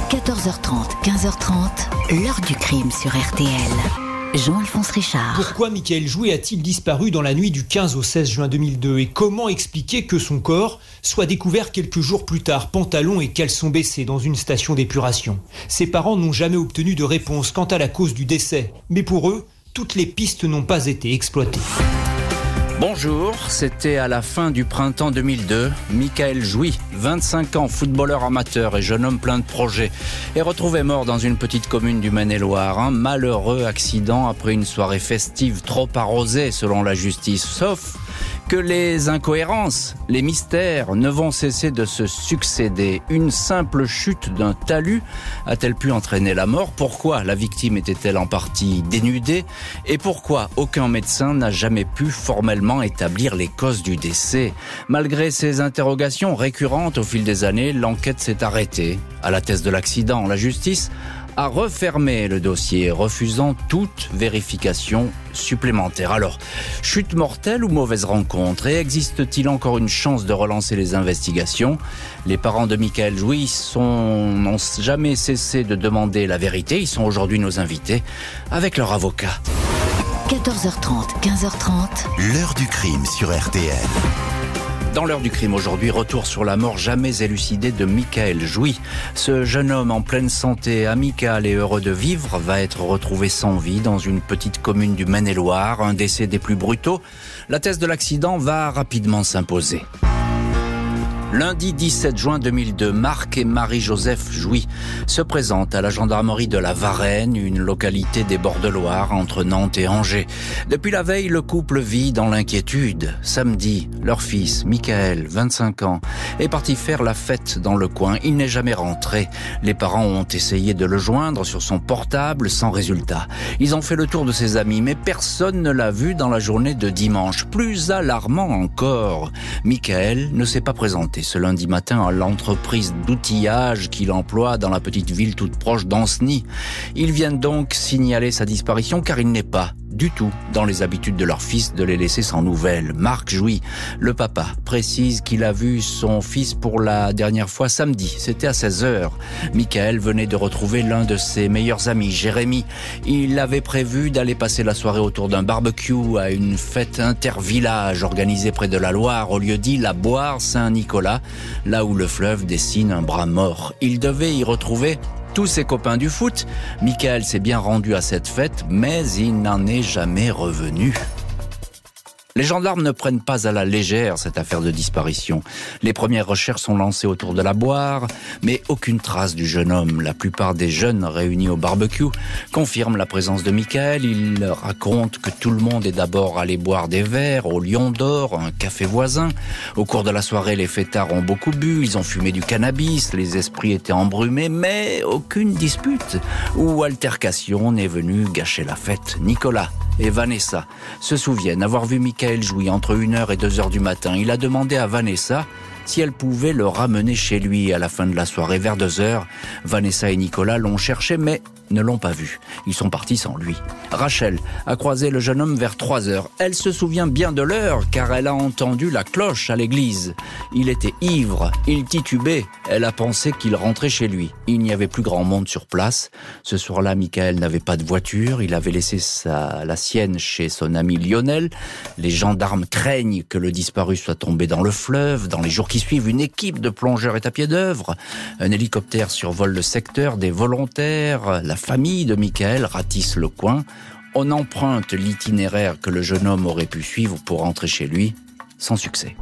14h30, 15h30, l'heure du crime sur RTL. Jean-Alphonse Richard. Pourquoi Michael Jouy a-t-il disparu dans la nuit du 15 au 16 juin 2002 et comment expliquer que son corps soit découvert quelques jours plus tard, pantalon et caleçon baissés dans une station d'épuration? Ses parents n'ont jamais obtenu de réponse quant à la cause du décès, mais pour eux, toutes les pistes n'ont pas été exploitées. Bonjour, c'était à la fin du printemps 2002. Michael Jouy, 25 ans, footballeur amateur et jeune homme plein de projets, est retrouvé mort dans une petite commune du Maine-et-Loire. Un malheureux accident après une soirée festive trop arrosée selon la justice. Sauf que les incohérences, les mystères ne vont cesser de se succéder. Une simple chute d'un talus a-t-elle pu entraîner la mort? Pourquoi la victime était-elle en partie dénudée? Et pourquoi aucun médecin n'a jamais pu formellement établir les causes du décès? Malgré ces interrogations récurrentes au fil des années, l'enquête s'est arrêtée. À la thèse de l'accident, la justice a refermé le dossier, refusant toute vérification supplémentaire. Alors, chute mortelle ou mauvaise rencontre? Et existe-t-il encore une chance de relancer les investigations? Les parents de Michael Jouy n'ont jamais cessé de demander la vérité. Ils sont aujourd'hui nos invités avec leur avocat. 14h30, 15h30, l'heure du crime sur RTL. Dans l'heure du crime aujourd'hui, retour sur la mort jamais élucidée de Michael Jouy. Ce jeune homme en pleine santé, amical et heureux de vivre, va être retrouvé sans vie dans une petite commune du Maine-et-Loire. Un décès des plus brutaux. La thèse de l'accident va rapidement s'imposer. Lundi 17 juin 2002, Marc et Marie-Joseph Jouy se présentent à la gendarmerie de la Varenne, une localité des bords de Loire entre Nantes et Angers. Depuis la veille, le couple vit dans l'inquiétude. Samedi, leur fils, Michael, 25 ans, est parti faire la fête dans le coin. Il n'est jamais rentré. Les parents ont essayé de le joindre sur son portable sans résultat. Ils ont fait le tour de ses amis, mais personne ne l'a vu dans la journée de dimanche. Plus alarmant encore, Michael ne s'est pas présenté ce lundi matin à l'entreprise d'outillage qu'il emploie dans la petite ville toute proche d'Ancenis. Ils viennent donc signaler sa disparition car il n'est pas du tout dans les habitudes de leur fils de les laisser sans nouvelles. Marc Jouy, le papa, précise qu'il a vu son fils pour la dernière fois samedi. C'était à 16h. Michael venait de retrouver l'un de ses meilleurs amis, Jérémy. Il avait prévu d'aller passer la soirée autour d'un barbecue à une fête intervillage organisée près de la Loire, au lieu dit la Boire Saint-Nicolas, là où le fleuve dessine un bras mort. Il devait y retrouver tous ses copains du foot. Michael s'est bien rendu à cette fête, mais il n'en est jamais revenu. Les gendarmes ne prennent pas à la légère cette affaire de disparition. Les premières recherches sont lancées autour de la Boire, mais aucune trace du jeune homme. La plupart des jeunes réunis au barbecue confirment la présence de Michael. Ils racontent que tout le monde est d'abord allé boire des verres au Lion d'Or, un café voisin. Au cours de la soirée, les fêtards ont beaucoup bu, ils ont fumé du cannabis, les esprits étaient embrumés, mais aucune dispute ou altercation n'est venue gâcher la fête. Nicolas et Vanessa se souviennent avoir vu Michael Jouy entre 1h et 2h du matin. Il a demandé à Vanessa si elle pouvait le ramener chez lui à la fin de la soirée vers 2h. Vanessa et Nicolas l'ont cherché mais ne l'ont pas vu. Ils sont partis sans lui. Rachel a croisé le jeune homme vers 3h. Elle se souvient bien de l'heure car elle a entendu la cloche à l'église. Il était ivre, il titubait. Elle a pensé qu'il rentrait chez lui. Il n'y avait plus grand monde sur place. Ce soir-là, Michael n'avait pas de voiture. Il avait laissé la sienne chez son ami Lionel. Les gendarmes craignent que le disparu soit tombé dans le fleuve. Dans les jours qui suivent, une équipe de plongeurs est à pied d'œuvre. Un hélicoptère survole le secteur, des volontaires. La famille de Michael ratisse le coin. On emprunte l'itinéraire que le jeune homme aurait pu suivre pour rentrer chez lui, sans succès.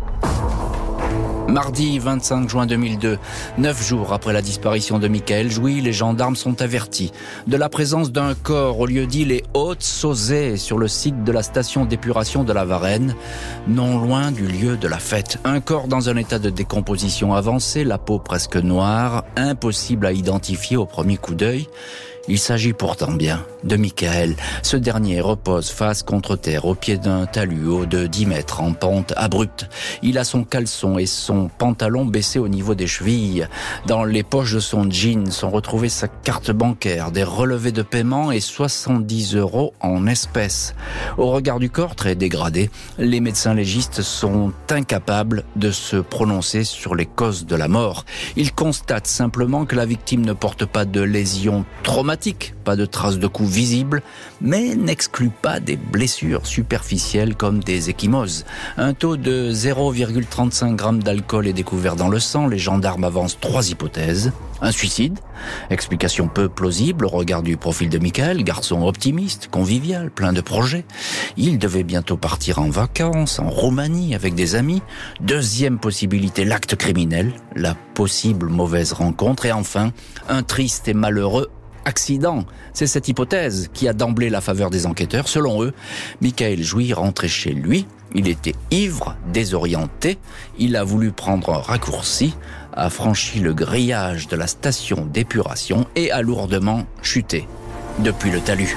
Mardi 25 juin 2002, 9 jours après la disparition de Michael Jouy, les gendarmes sont avertis de la présence d'un corps au lieu-dit les Hautes-Sauzet sur le site de la station d'épuration de la Varenne, non loin du lieu de la fête. Un corps dans un état de décomposition avancée, la peau presque noire, impossible à identifier au premier coup d'œil. Il s'agit pourtant bien de Michael. Ce dernier repose face contre terre au pied d'un talus haut de 10 mètres en pente abrupte. Il a son caleçon et son pantalon baissés au niveau des chevilles. Dans les poches de son jean sont retrouvées sa carte bancaire, des relevés de paiement et 70 € en espèces. Au regard du corps très dégradé, les médecins légistes sont incapables de se prononcer sur les causes de la mort. Ils constatent simplement que la victime ne porte pas de lésions traumatiques, pas de traces de coups visibles, mais n'exclut pas des blessures superficielles comme des ecchymoses. Un taux de 0,35 g d'alcool est découvert dans le sang. Les gendarmes avancent 3 hypothèses. Un suicide, explication peu plausible au regard du profil de Michael, garçon optimiste, convivial, plein de projets. Il devait bientôt partir en vacances, en Roumanie, avec des amis. Deuxième possibilité, l'acte criminel, la possible mauvaise rencontre. Et enfin, un triste et malheureux accident. C'est cette hypothèse qui a d'emblée la faveur des enquêteurs. Selon eux, Michael Jouy rentrait chez lui. Il était ivre, désorienté. Il a voulu prendre un raccourci, a franchi le grillage de la station d'épuration et a lourdement chuté depuis le talus.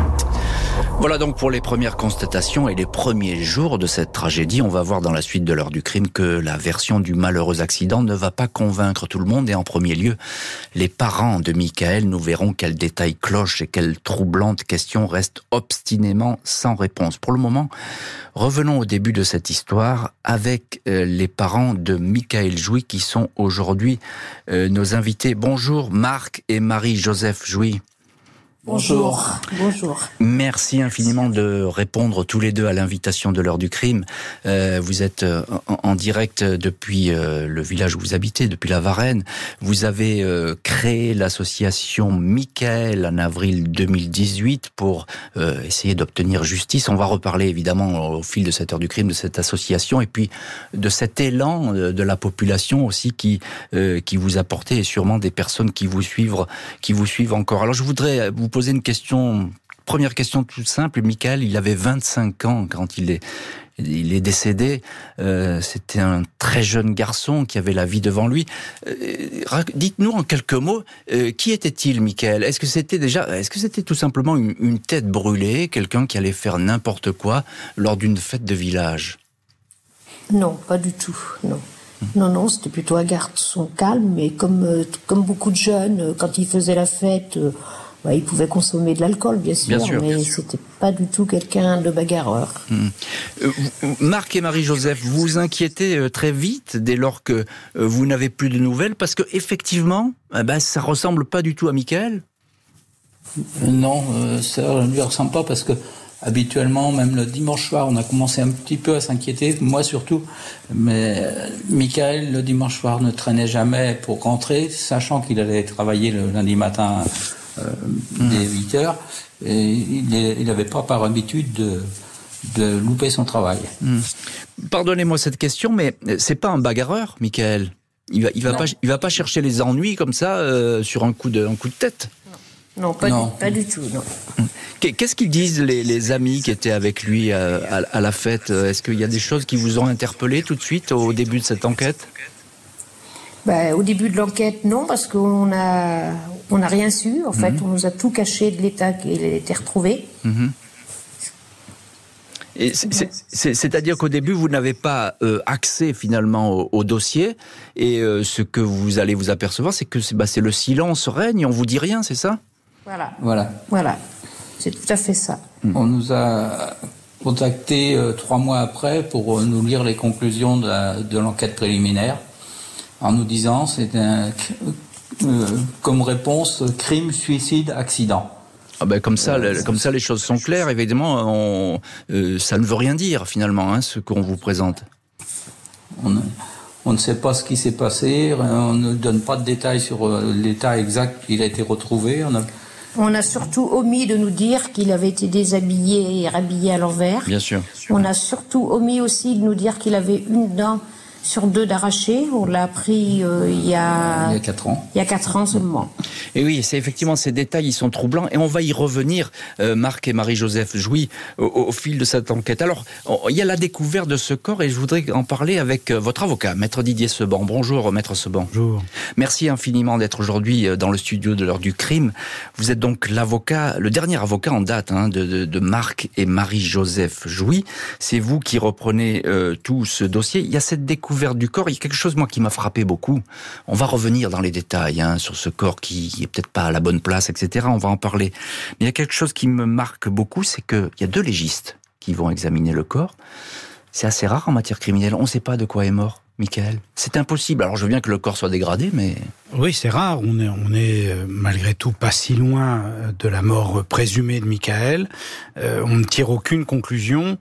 Voilà donc pour les premières constatations et les premiers jours de cette tragédie. On va voir dans la suite de l'heure du crime que la version du malheureux accident ne va pas convaincre tout le monde. Et en premier lieu, les parents de Michael. Nous verrons quels détails clochent et quelles troublantes questions restent obstinément sans réponse. Pour le moment, revenons au début de cette histoire avec les parents de Michael Jouy qui sont aujourd'hui nos invités. Bonjour Marc et Marie-Joseph Jouy. Bonjour. Bonjour. Merci infiniment de répondre tous les deux à l'invitation de l'heure du crime. Vous êtes en direct depuis le village où vous habitez, depuis la Varenne. Vous avez créé l'association Michael en avril 2018 pour essayer d'obtenir justice. On va reparler évidemment au fil de cette heure du crime de cette association et puis de cet élan de la population aussi qui vous a porté et sûrement des personnes qui vous suivent encore. Alors je voudrais vous poser une question, première question toute simple. Michael, il avait 25 ans quand il est décédé. C'était un très jeune garçon qui avait la vie devant lui. Dites-nous en quelques mots, qui était-il, Michael ? Est-ce que c'était tout simplement une tête brûlée, quelqu'un qui allait faire n'importe quoi lors d'une fête de village ? Non, pas du tout, non. Non, c'était plutôt un garçon calme, mais comme beaucoup de jeunes, quand ils faisaient la fête, ils pouvaient consommer de l'alcool, bien sûr, mais c'était pas du tout quelqu'un de bagarreur. Marc et Marie-Joseph, vous vous inquiétez très vite dès lors que vous n'avez plus de nouvelles, parce que effectivement, ça ressemble pas du tout à Michael. Non, ça ne lui ressemble pas parce que habituellement, même le dimanche soir, on a commencé un petit peu à s'inquiéter, moi surtout, mais Michael, le dimanche soir, ne traînait jamais pour rentrer, sachant qu'il allait travailler le lundi matin dès 8h, et il n'avait pas par habitude de louper son travail. Pardonnez-moi cette question, mais c'est pas un bagarreur, Michael. Il va pas chercher les ennuis comme ça sur un coup de tête. Non, pas du tout, non. Qu'est-ce qu'ils disent les amis qui étaient avec lui à la fête ? Est-ce qu'il y a des choses qui vous ont interpellé tout de suite au début de cette enquête ? Au début de l'enquête, non, parce qu'on n'a rien su. En fait, on nous a tout caché de l'état qu'il était retrouvé. Et c'est-à-dire qu'au début, vous n'avez pas accès finalement au dossier, et ce que vous allez vous apercevoir, c'est que c'est le silence règne, on vous dit rien, c'est ça ? Voilà. C'est tout à fait ça. On nous a contactés 3 mois après pour nous lire les conclusions de l'enquête préliminaire, en nous disant c'était comme réponse crime, suicide, accident. Comme ça, les choses sont claires. Évidemment, ça ne veut rien dire finalement, ce qu'on vous présente. On ne sait pas ce qui s'est passé. On ne donne pas de détails sur l'état exact qu'il a été retrouvé. On a surtout omis de nous dire qu'il avait été déshabillé et rhabillé à l'envers. Bien sûr. On a surtout omis aussi de nous dire qu'il avait une dent sur 2 d'arraché. On l'a appris il y a 4 ans. Il y a 4 ans seulement. Et oui, c'est effectivement ces détails, ils sont troublants. Et on va y revenir, Marc et Marie-Joseph Jouy, au fil de cette enquête. Alors, il y a la découverte de ce corps et je voudrais en parler avec votre avocat, Maître Didier Seban. Bonjour, Maître Seban. Bonjour. Merci infiniment d'être aujourd'hui dans le studio de l'heure du crime. Vous êtes donc l'avocat, le dernier avocat en date de Marc et Marie-Joseph Jouy. C'est vous qui reprenez tout ce dossier. Il y a cette découverte du corps. Il y a quelque chose, moi, qui m'a frappé beaucoup. On va revenir dans les détails sur ce corps qui est peut-être pas à la bonne place, etc. On va en parler. Mais il y a quelque chose qui me marque beaucoup, c'est qu'il y a 2 légistes qui vont examiner le corps. C'est assez rare en matière criminelle. On ne sait pas de quoi est mort Michael. C'est impossible. Alors je veux bien que le corps soit dégradé, mais... Oui, c'est rare. On est malgré tout pas si loin de la mort présumée de Michael. On ne tire aucune conclusion.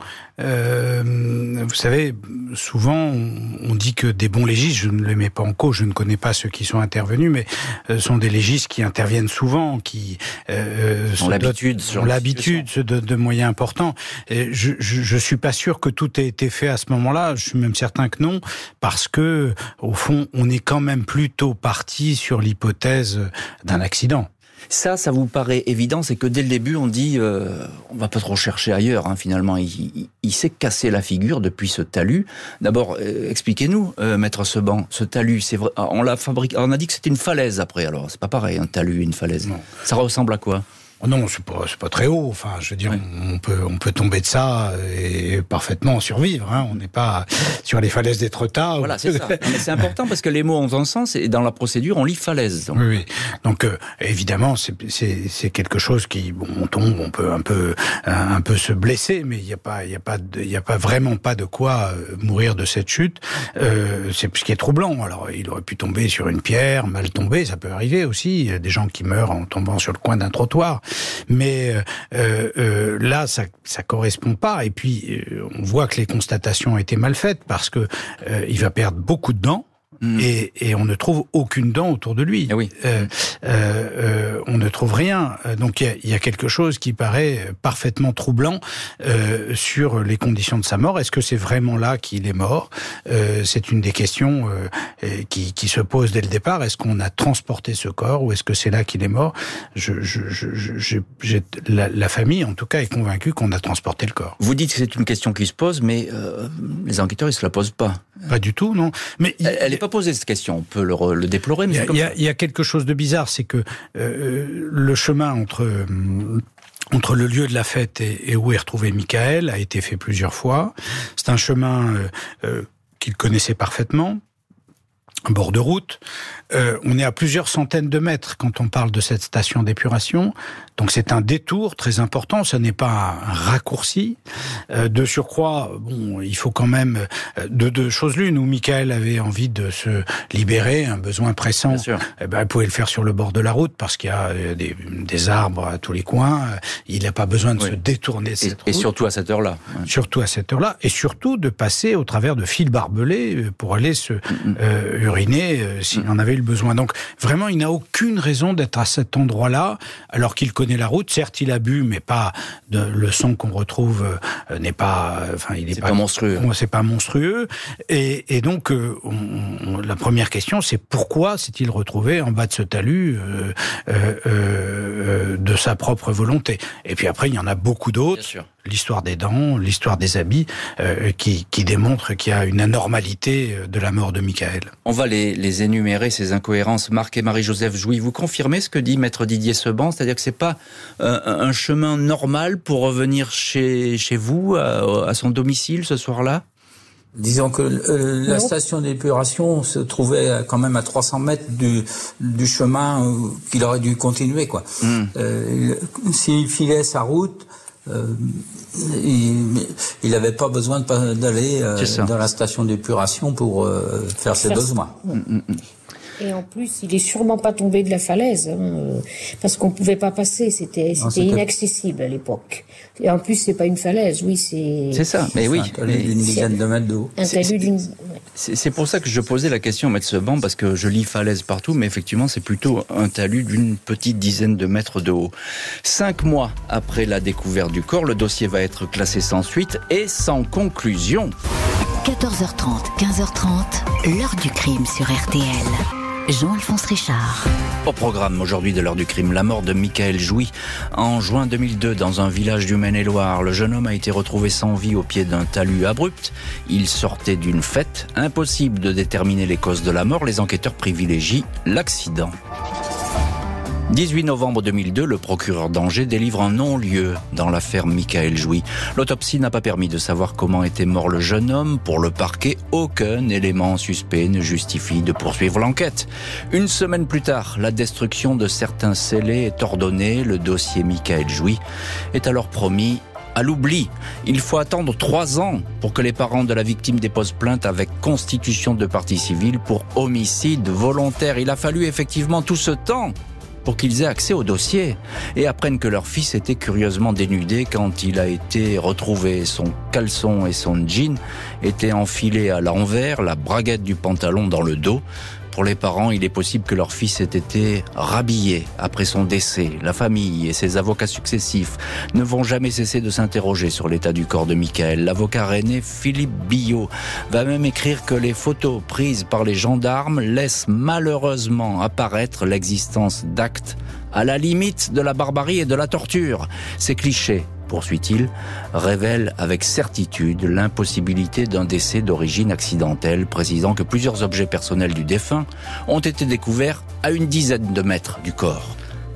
Vous savez, souvent on dit que des bons légistes, je ne les mets pas en cause, je ne connais pas ceux qui sont intervenus, mais sont des légistes qui interviennent souvent, qui ont l'habitude se donnent de moyens importants. Et je suis pas sûr que tout ait été fait à ce moment-là. Je suis même certain que non, parce que au fond, on est quand même plutôt parti sur l'hypothèse d'un accident. Ça vous paraît évident, c'est que dès le début, on dit on va pas trop chercher ailleurs. Finalement, il s'est cassé la figure depuis ce talus. D'abord, expliquez-nous, Maître Seban, ce talus, c'est vrai, on l'a fabriqué. On a dit que c'était une falaise après. Alors, c'est pas pareil, un talus et une falaise. Non. Ça ressemble à quoi ? Non, c'est pas très haut. Enfin, je veux dire, on peut tomber de ça et parfaitement survivre. On n'est pas sur les falaises d'Étretat. Voilà, c'est ça. Mais c'est important parce que les mots ont un sens et dans la procédure, on lit falaise. Donc. Oui. Donc, évidemment, c'est quelque chose qui, on tombe, on peut un peu se blesser, mais il y a pas vraiment pas de quoi mourir de cette chute. C'est ce qui est troublant. Alors, il aurait pu tomber sur une pierre, mal tomber, ça peut arriver aussi. Il y a des gens qui meurent en tombant sur le coin d'un trottoir. Mais là, ça correspond pas. Et puis, on voit que les constatations ont été mal faites parce que il va perdre beaucoup de dents. Et on ne trouve aucune dent autour de lui. Oui. On ne trouve rien. Donc il y a quelque chose qui paraît parfaitement troublant sur les conditions de sa mort. Est-ce que c'est vraiment là qu'il est mort ? C'est une des questions qui se pose dès le départ. Est-ce qu'on a transporté ce corps ou est-ce que c'est là qu'il est mort ? La famille, en tout cas, est convaincue qu'on a transporté le corps. Vous dites que c'est une question qui se pose, mais les enquêteurs, ils se la posent pas. Pas du tout, non. Mais elle n'est pas posée, cette question. On peut le déplorer, mais il y a quelque chose de bizarre, c'est que le chemin entre le lieu de la fête et où est retrouvé Michael a été fait plusieurs fois. C'est un chemin qu'il connaissait parfaitement, un bord de route. On est à plusieurs centaines de mètres quand on parle de cette station d'épuration. Donc c'est un détour très important, ce n'est pas un raccourci. De surcroît, il faut quand même deux choses l'une, où Michael avait envie de se libérer, un besoin pressant. Il pouvait le faire sur le bord de la route parce qu'il y a des arbres à tous les coins. Il n'a pas besoin de se détourner de cette route. Et surtout à cette heure-là. Surtout à cette heure-là. Et surtout de passer au travers de fils barbelés pour aller se uriner s'il en avait le besoin. Donc vraiment, il n'a aucune raison d'être à cet endroit-là, alors qu'il connaît la route. Certes, il a bu, mais pas le sang qu'on retrouve n'est pas. C'est pas monstrueux. C'est pas monstrueux. Et donc, la première question, c'est pourquoi s'est-il retrouvé en bas de ce talus de sa propre volonté. Et puis après, il y en a beaucoup d'autres. L'histoire des dents, l'histoire des habits, qui démontrent qu'il y a une anormalité de la mort de Michael. On va les énumérer, ces incohérences. Marc et Marie-Joseph Jouy, vous confirmez ce que dit Maître Didier Seban, c'est-à-dire que c'est pas un chemin normal pour revenir chez vous, à son domicile ce soir-là ? Disons que la station d'épuration se trouvait quand même à 300 mètres du chemin qu'il aurait dû continuer, quoi. S'il filait sa route, il n'avait pas besoin d'aller dans la station d'épuration pour faire ses besoins. Et en plus, il est sûrement pas tombé de la falaise, parce qu'on pouvait pas passer, c'était inaccessible à l'époque. Et en plus, c'est pas une falaise, c'est ça, mais oui. Un talus d'une dizaine de mètres de haut. C'est pour ça que je posais la question, Maître Seban, parce que je lis falaise partout, mais effectivement, c'est plutôt un talus d'une petite dizaine de mètres de haut. 5 mois après la découverte du corps, le dossier va être classé sans suite et sans conclusion. 14h30, 15h30, l'heure du crime sur RTL. Jean-Alphonse Richard. Au programme aujourd'hui de l'heure du crime, la mort de Michael Jouy. En juin 2002, dans un village du Maine-et-Loire, le jeune homme a été retrouvé sans vie au pied d'un talus abrupt. Il sortait d'une fête. Impossible de déterminer les causes de la mort. Les enquêteurs privilégient l'accident. 18 novembre 2002, le procureur d'Angers délivre un non-lieu dans l'affaire Michael Jouy. L'autopsie n'a pas permis de savoir comment était mort le jeune homme. Pour le parquet, aucun élément suspect ne justifie de poursuivre l'enquête. Une semaine plus tard, la destruction de certains scellés est ordonnée. Le dossier Michael Jouy est alors promis à l'oubli. Il faut attendre 3 ans pour que les parents de la victime déposent plainte avec constitution de partie civile pour homicide volontaire. Il a fallu effectivement tout ce temps pour qu'ils aient accès au dossier et apprennent que leur fils était curieusement dénudé quand il a été retrouvé. Son caleçon et son jean étaient enfilés à l'envers, la braguette du pantalon dans le dos. Pour les parents, il est possible que leur fils ait été rhabillé après son décès. La famille et ses avocats successifs ne vont jamais cesser de s'interroger sur l'état du corps de Michael. L'avocat rennais Philippe Billot va même écrire que les photos prises par les gendarmes laissent malheureusement apparaître l'existence d'actes à la limite de la barbarie et de la torture. Ces clichés, poursuit-il, révèle avec certitude l'impossibilité d'un décès d'origine accidentelle, précisant que plusieurs objets personnels du défunt ont été découverts à une dizaine de mètres du corps.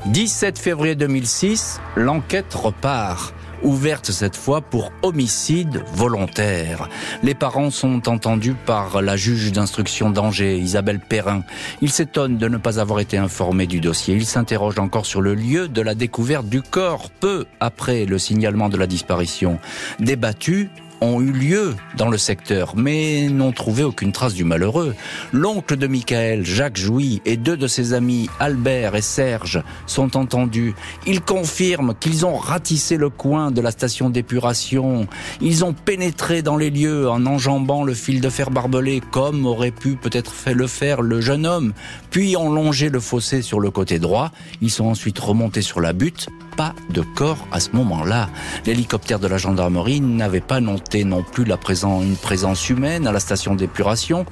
17 février 2006, l'enquête repart. Ouverte cette fois pour homicide volontaire. Les parents sont entendus par la juge d'instruction d'Angers, Isabelle Perrin. Ils s'étonnent de ne pas avoir été informés du dossier. Ils s'interrogent encore sur le lieu de la découverte du corps, peu après le signalement de la disparition. Débattus ont eu lieu dans le secteur, mais n'ont trouvé aucune trace du malheureux. L'oncle de Michael, Jacques Jouy, et 2 de ses amis, Albert et Serge, sont entendus. Ils confirment qu'ils ont ratissé le coin de la station d'épuration. Ils ont pénétré dans les lieux en enjambant le fil de fer barbelé, comme aurait pu peut-être le faire le jeune homme, puis ont longé le fossé sur le côté droit. Ils sont ensuite remontés sur la butte. Pas de corps à ce moment-là. L'hélicoptère de la gendarmerie n'avait pas noté non plus une présence humaine à la station d'épuration.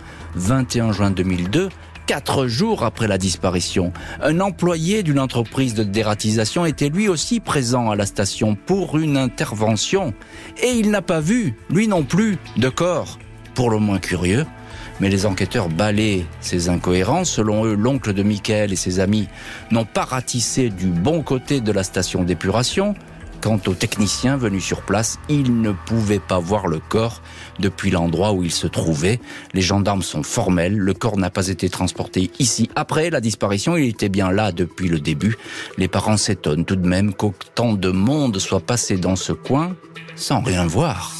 21 juin 2002, 4 jours après la disparition, un employé d'une entreprise de dératisation était lui aussi présent à la station pour une intervention. Et il n'a pas vu, lui non plus, de corps. Pour le moins curieux, mais les enquêteurs balaient ces incohérences. Selon eux, l'oncle de Michael et ses amis n'ont pas ratissé du bon côté de la station d'épuration. Quant aux techniciens venus sur place, ils ne pouvaient pas voir le corps depuis l'endroit où il se trouvait. Les gendarmes sont formels, le corps n'a pas été transporté ici. Après la disparition, il était bien là depuis le début. Les parents s'étonnent tout de même qu'autant de monde soit passé dans ce coin sans rien voir.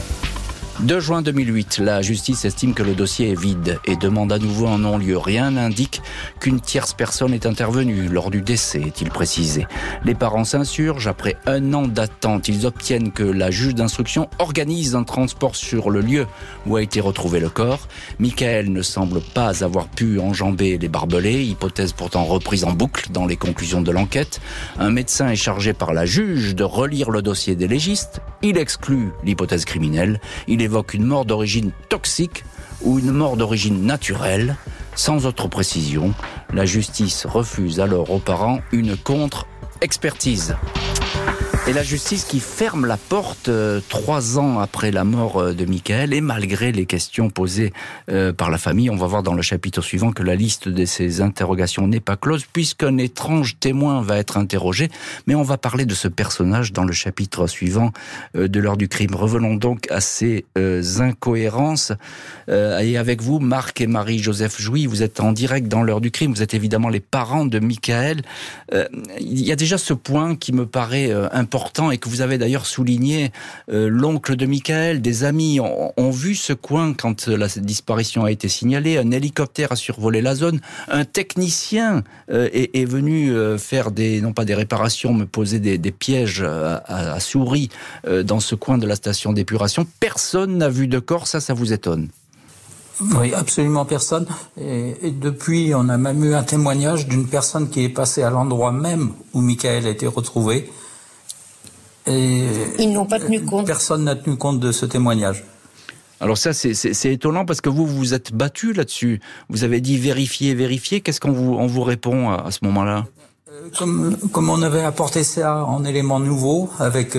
2 juin 2008, la justice estime que le dossier est vide et demande à nouveau un non-lieu. Rien n'indique qu'une tierce personne est intervenue lors du décès, est-il précisé. Les parents s'insurgent. Après 1 an d'attente, ils obtiennent que la juge d'instruction organise un transport sur le lieu où a été retrouvé le corps. Michael ne semble pas avoir pu enjamber les barbelés, hypothèse pourtant reprise en boucle dans les conclusions de l'enquête. Un médecin est chargé par la juge de relire le dossier des légistes. Il exclut l'hypothèse criminelle. Il évoque une mort d'origine toxique ou une mort d'origine naturelle. Sans autre précision, la justice refuse alors aux parents une contre-expertise. Et la justice qui ferme la porte 3 ans après la mort de Michael, et malgré les questions posées par la famille. On va voir dans le chapitre suivant que la liste de ces interrogations n'est pas close, puisqu'un étrange témoin va être interrogé. Mais on va parler de ce personnage dans le chapitre suivant de l'heure du crime. Revenons donc à ces incohérences. Et avec vous, Marc et Marie-Joseph Jouy, vous êtes en direct dans l'heure du crime. Vous êtes évidemment les parents de Michael. Il y a déjà ce point qui me paraît important et que vous avez d'ailleurs souligné. L'oncle de Michael, des amis ont vu ce coin quand la disparition a été signalée. Un hélicoptère a survolé la zone. Un technicien est venu faire non pas des réparations, mais poser des pièges à souris dans ce coin de la station d'épuration. Personne n'a vu de corps, ça vous étonne? Oui, absolument personne. Et depuis, on a même eu un témoignage d'une personne qui est passée à l'endroit même où Michael a été retrouvé. Et ils n'ont pas tenu compte. Personne n'a tenu compte de ce témoignage. Alors ça, c'est étonnant parce que vous vous êtes battu là-dessus. Vous avez dit vérifier. Qu'est-ce qu'on vous répond à ce moment-là ? Comme on avait apporté ça en élément nouveau avec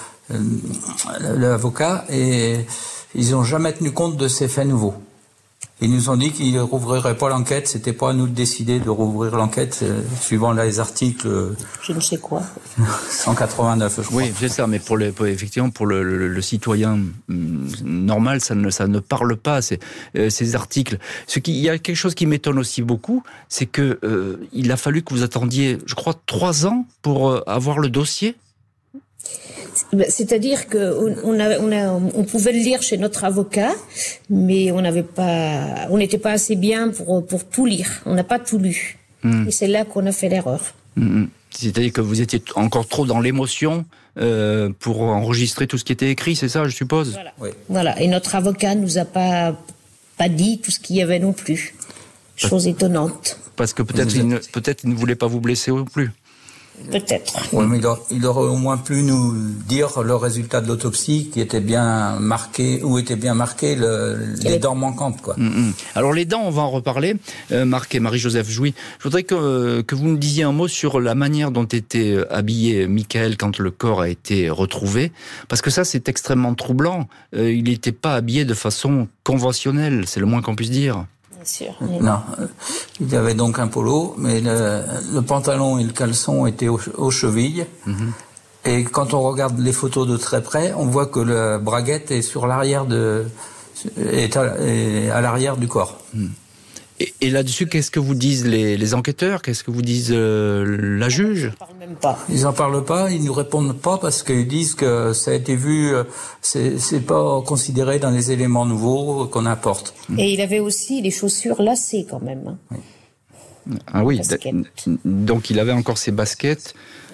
l'avocat, et ils n'ont jamais tenu compte de ces faits nouveaux. Ils nous ont dit qu'ils ne rouvriraient pas l'enquête, c'était pas à nous de décider de rouvrir l'enquête, suivant les articles... Je ne sais quoi. 189, je crois. Oui, c'est ça, mais effectivement, pour le citoyen normal, ça ne parle pas, ces articles. Il y a quelque chose qui m'étonne aussi beaucoup, c'est que il a fallu que vous attendiez, je crois, 3 ans pour avoir le dossier. C'est-à-dire qu'on pouvait le lire chez notre avocat, mais on n'était pas assez bien pour tout lire. On n'a pas tout lu. Et c'est là qu'on a fait l'erreur. C'est-à-dire que vous étiez encore trop dans l'émotion pour enregistrer tout ce qui était écrit, c'est ça, je suppose ? Voilà. Oui. Voilà. Et notre avocat nous a pas dit tout ce qu'il y avait non plus. Chose étonnante. Parce que peut-être il ne voulait pas vous blesser non plus. Peut-être. Oui, mais il aurait au moins pu nous dire le résultat de l'autopsie qui était bien marqué, où étaient bien marquées les dents manquantes, quoi. Alors les dents, on va en reparler. Marc et Marie-Joseph Jouy, je voudrais que vous nous disiez un mot sur la manière dont était habillé Michael quand le corps a été retrouvé, parce que ça c'est extrêmement troublant. Il n'était pas habillé de façon conventionnelle, c'est le moins qu'on puisse dire. Sûr, non, il y avait donc un polo, mais le pantalon et le caleçon étaient aux chevilles. Et quand on regarde les photos de très près, on voit que la braguette est sur l'arrière est à l'arrière du corps. Et là-dessus, qu'est-ce que vous disent les enquêteurs ? Qu'est-ce que vous disent la juge ? Ils n'en parlent même pas. Ils n'en parlent pas, ils nous répondent pas parce qu'ils disent que ça a été vu, c'est pas considéré dans les éléments nouveaux qu'on apporte. Et il avait aussi les chaussures lacées quand même. Oui. Ah oui, donc il avait encore ses baskets.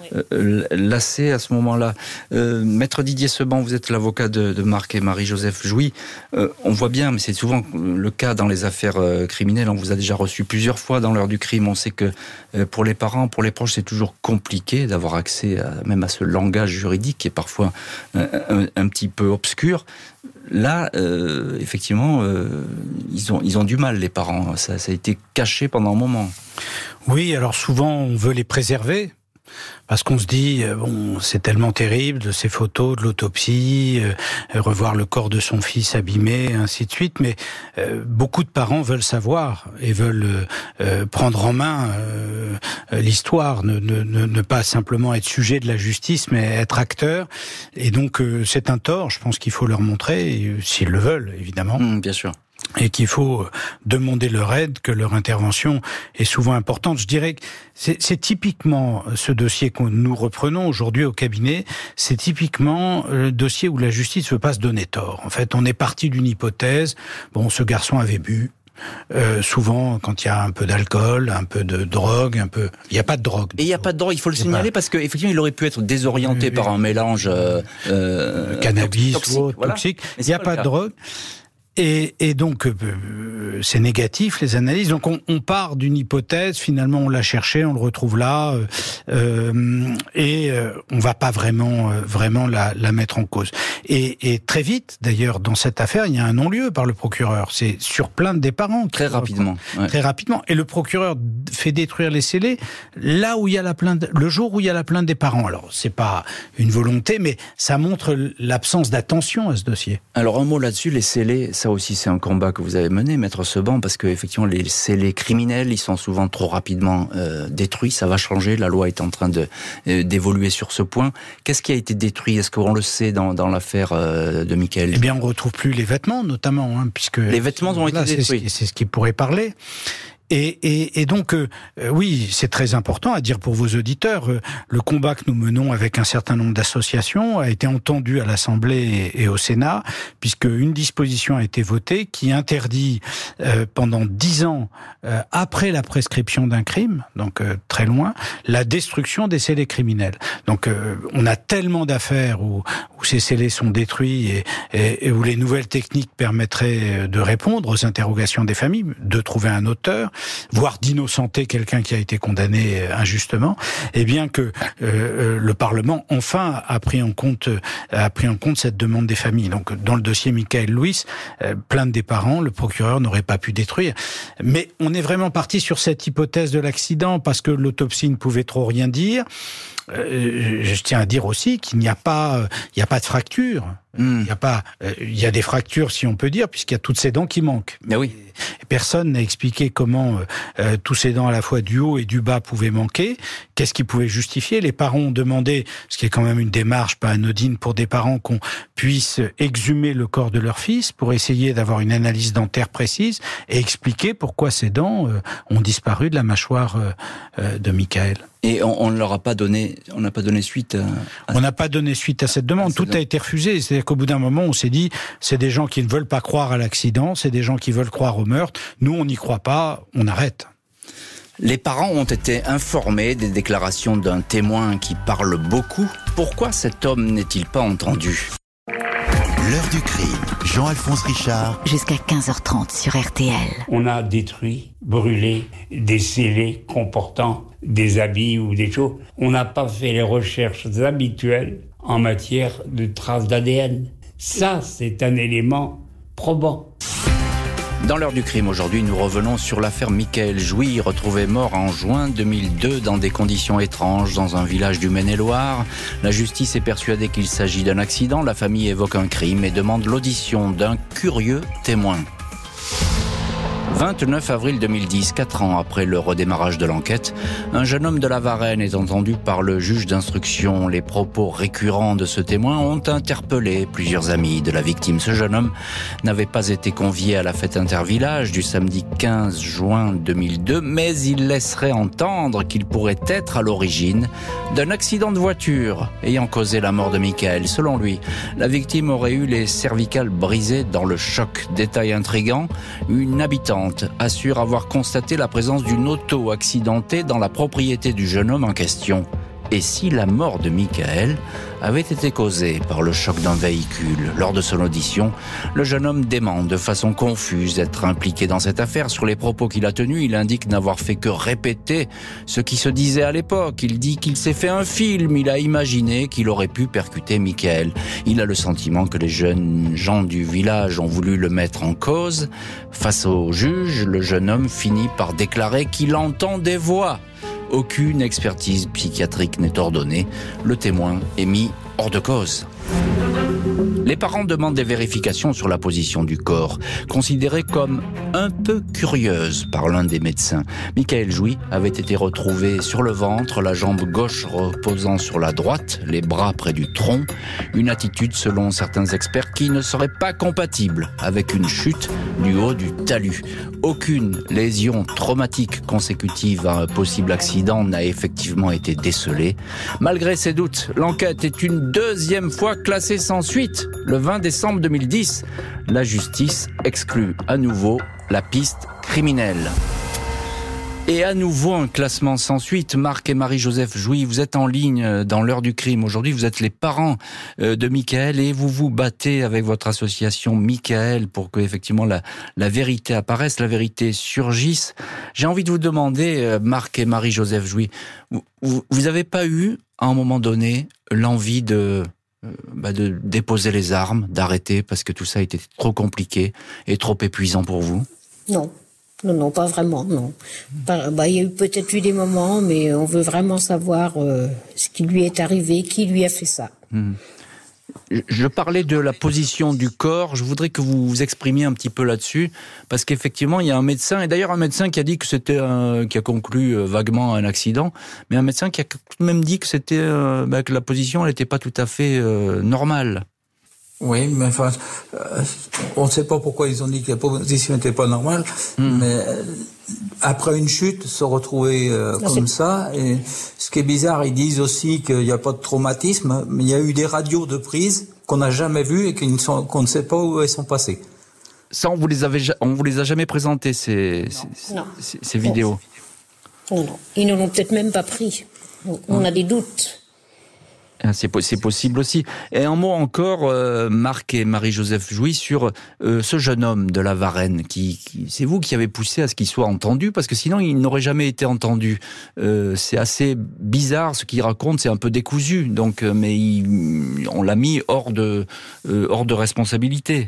Lacé à ce moment-là. Maître Didier Seban, vous êtes l'avocat de Marc et Marie-Joseph Jouy. On voit bien, mais c'est souvent le cas dans les affaires criminelles, on vous a déjà reçu plusieurs fois dans l'heure du crime. On sait que pour les parents, pour les proches, c'est toujours compliqué d'avoir accès même à ce langage juridique qui est parfois un petit peu obscur. Là, effectivement, ils ont du mal, les parents. Ça a été caché pendant un moment. Oui, alors souvent, on veut les préserver. Parce qu'on se dit, bon, c'est tellement terrible de ces photos, de l'autopsie, revoir le corps de son fils abîmé, ainsi de suite. Mais beaucoup de parents veulent savoir et veulent prendre en main l'histoire, ne pas simplement être sujet de la justice, mais être acteur. Et donc, c'est un tort, je pense qu'il faut leur montrer, s'ils le veulent, évidemment. Bien sûr. Et qu'il faut demander leur aide, que leur intervention est souvent importante. Je dirais que c'est typiquement ce dossier que nous reprenons aujourd'hui au cabinet, c'est typiquement le dossier où la justice ne veut pas se donner tort. En fait, on est parti d'une hypothèse, bon, ce garçon avait bu. Souvent, quand il y a un peu d'alcool, un peu de drogue, il n'y a pas de drogue. Et il n'y a pas de drogue, il faut le signaler parce qu'effectivement, il aurait pu être désorienté par un mélange cannabis toxique, ou autre, voilà. Toxique. Il n'y a pas de drogue. Et donc, c'est négatif, les analyses. Donc, on part d'une hypothèse, finalement, on l'a cherché, on le retrouve là, et on va pas vraiment la mettre en cause. Et très vite, d'ailleurs, dans cette affaire, il y a un non-lieu par le procureur. C'est sur plainte des parents. Très rapidement. Ouais. Très rapidement. Et le procureur fait détruire les scellés là où il y a la plainte, le jour où il y a la plainte des parents. Alors, c'est pas une volonté, mais ça montre l'absence d'attention à ce dossier. Alors, un mot là-dessus, les scellés, ça aussi, c'est un combat que vous avez mené, Maître Seban, parce que effectivement, les scellés criminels, ils sont souvent trop rapidement détruits. Ça va changer. La loi est en train d'évoluer sur ce point. Qu'est-ce qui a été détruit ? Est-ce qu'on le sait dans l'affaire de Michael ? Eh bien, on retrouve plus les vêtements, notamment, puisque les vêtements ont été détruits. C'est ce qui pourrait parler. Et donc, oui, c'est très important à dire pour vos auditeurs. Le combat que nous menons avec un certain nombre d'associations a été entendu à l'Assemblée et au Sénat, puisque une disposition a été votée qui interdit pendant 10 ans, après la prescription d'un crime, donc très loin, la destruction des scellés criminels. Donc, on a tellement d'affaires où où ces scellés sont détruits et où les nouvelles techniques permettraient de répondre aux interrogations des familles, de trouver un auteur, voire d'innocenter quelqu'un qui a été condamné injustement, et bien que le Parlement enfin a pris en compte cette demande des familles. Donc dans le dossier Michael Louis, plainte des parents, le procureur n'aurait pas pu détruire. Mais on est vraiment parti sur cette hypothèse de l'accident parce que l'autopsie ne pouvait trop rien dire. Je tiens à dire aussi qu'il n'y a pas de fracture. Il y a des fractures, si on peut dire, puisqu'il y a toutes ces dents qui manquent. Mais oui. Et personne n'a expliqué comment tous ces dents à la fois du haut et du bas pouvaient manquer. Qu'est-ce qui pouvait justifier ? Les parents ont demandé, ce qui est quand même une démarche pas anodine pour des parents, qu'on puisse exhumer le corps de leur fils pour essayer d'avoir une analyse dentaire précise et expliquer pourquoi ces dents ont disparu de la mâchoire de Michael. Et on ne leur a pas donné, suite On n'a pas donné suite à cette demande. Tout a été refusé. C'est-à-dire qu'au bout d'un moment, on s'est dit, c'est des gens qui ne veulent pas croire à l'accident, c'est des gens qui veulent croire au meurtre. Nous, on n'y croit pas, on arrête. Les parents ont été informés des déclarations d'un témoin qui parle beaucoup. Pourquoi cet homme n'est-il pas entendu ? L'heure du crime, Jean-Alphonse Richard. Jusqu'à 15h30 sur RTL. On a détruit, brûlé des scellés comportant des habits ou des choses. On n'a pas fait les recherches habituelles en matière de traces d'ADN. Ça, c'est un élément probant. Dans l'heure du crime aujourd'hui, nous revenons sur l'affaire Michael Jouy, retrouvé mort en juin 2002 dans des conditions étranges dans un village du Maine-et-Loire. La justice est persuadée qu'il s'agit d'un accident. La famille évoque un crime et demande l'audition d'un curieux témoin. 29 avril 2010, 4 ans après le redémarrage de l'enquête, un jeune homme de la Varenne est entendu par le juge d'instruction. Les propos récurrents de ce témoin ont interpellé plusieurs amis de la victime. Ce jeune homme n'avait pas été convié à la fête intervillage du samedi 15 juin 2002, mais il laisserait entendre qu'il pourrait être à l'origine d'un accident de voiture ayant causé la mort de Michael. Selon lui, la victime aurait eu les cervicales brisées dans le choc. Détail intriguant, une habitante assure avoir constaté la présence d'une auto accidentée dans la propriété du jeune homme en question. Et si la mort de Michael avait été causée par le choc d'un véhicule? Lors de son audition, le jeune homme dément de façon confuse d'être impliqué dans cette affaire. Sur les propos qu'il a tenus, il indique n'avoir fait que répéter ce qui se disait à l'époque. Il dit qu'il s'est fait un film, il a imaginé qu'il aurait pu percuter Michael. Il a le sentiment que les jeunes gens du village ont voulu le mettre en cause. Face au juge, le jeune homme finit par déclarer qu'il entend des voix. Aucune expertise psychiatrique n'est ordonnée. Le témoin est mis hors de cause. Les parents demandent des vérifications sur la position du corps, considérée comme un peu curieuse par l'un des médecins. Michael Jouy avait été retrouvé sur le ventre, la jambe gauche reposant sur la droite, les bras près du tronc. Une attitude, selon certains experts, qui ne serait pas compatible avec une chute du haut du talus. Aucune lésion traumatique consécutive à un possible accident n'a effectivement été décelée. Malgré ces doutes, l'enquête est une deuxième fois classée sans suite. Le 20 décembre 2010, la justice exclut à nouveau la piste criminelle. Et à nouveau un classement sans suite. Marc et Marie-Joseph Jouy, vous êtes en ligne dans l'heure du crime. Aujourd'hui, vous êtes les parents de Michael et vous vous battez avec votre association Michael pour que effectivement la vérité apparaisse, la vérité surgisse. J'ai envie de vous demander, Marc et Marie-Joseph Jouy, vous n'avez pas eu, à un moment donné, l'envie de déposer les armes, d'arrêter parce que tout ça était trop compliqué et trop épuisant pour vous? Non, pas vraiment, non. Il y a eu peut-être des moments, mais on veut vraiment savoir ce qui lui est arrivé, qui lui a fait ça. Je parlais de la position du corps, je voudrais que vous vous exprimiez un petit peu là-dessus, parce qu'effectivement, il y a un médecin, et d'ailleurs un médecin qui a dit que c'était qui a conclu vaguement un accident, mais un médecin qui a même dit que c'était que la position elle n'était pas tout à fait normale. Oui, mais enfin, on ne sait pas pourquoi ils ont dit que la position n'était pas normale, mais après une chute, se retrouver comme ça, et ce qui est bizarre, ils disent aussi qu'il n'y a pas de traumatisme, mais il y a eu des radios de prise qu'on n'a jamais vues et qu'on ne sait pas où elles sont passées. Ça, on vous les a jamais présentées, ces vidéos? Non. Ils ne l'ont peut-être même pas pris. On a des doutes. C'est possible aussi. Et un mot encore, Marc et Marie-Joseph Jouy, sur ce jeune homme de la Varenne. C'est vous qui avez poussé à ce qu'il soit entendu, parce que sinon il n'aurait jamais été entendu. C'est assez bizarre ce qu'il raconte, c'est un peu décousu. Donc, mais on l'a mis hors de responsabilité.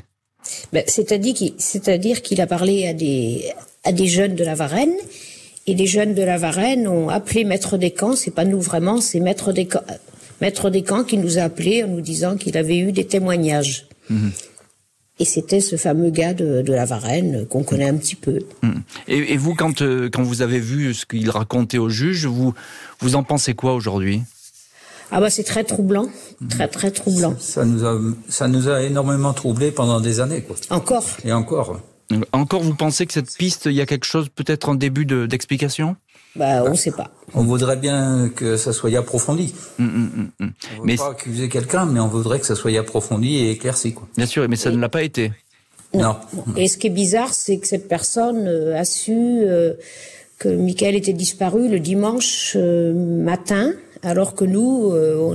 C'est-à-dire qu'il a parlé à des jeunes de la Varenne, et les jeunes de la Varenne ont appelé maître des camps. C'est pas nous vraiment, c'est maître des camps qui nous a appelés en nous disant qu'il avait eu des témoignages. Mmh. Et c'était ce fameux gars de la Varenne qu'on connaît un petit peu. Mmh. Et vous, quand vous avez vu ce qu'il racontait au juge, vous en pensez quoi aujourd'hui ? C'est très troublant, très très troublant. Ça nous a énormément troublés pendant des années, quoi. Encore. Et encore. Encore, vous pensez que cette piste, il y a quelque chose, peut-être un début d'explication ? On ne sait pas. On voudrait bien que ça soit approfondi. On ne veut pas accuser quelqu'un, mais on voudrait que ça soit approfondi et éclairci, quoi. Bien sûr, mais ça ne l'a pas été. Non. Et ce qui est bizarre, c'est que cette personne a su que Michael était disparu le dimanche matin, alors que nous,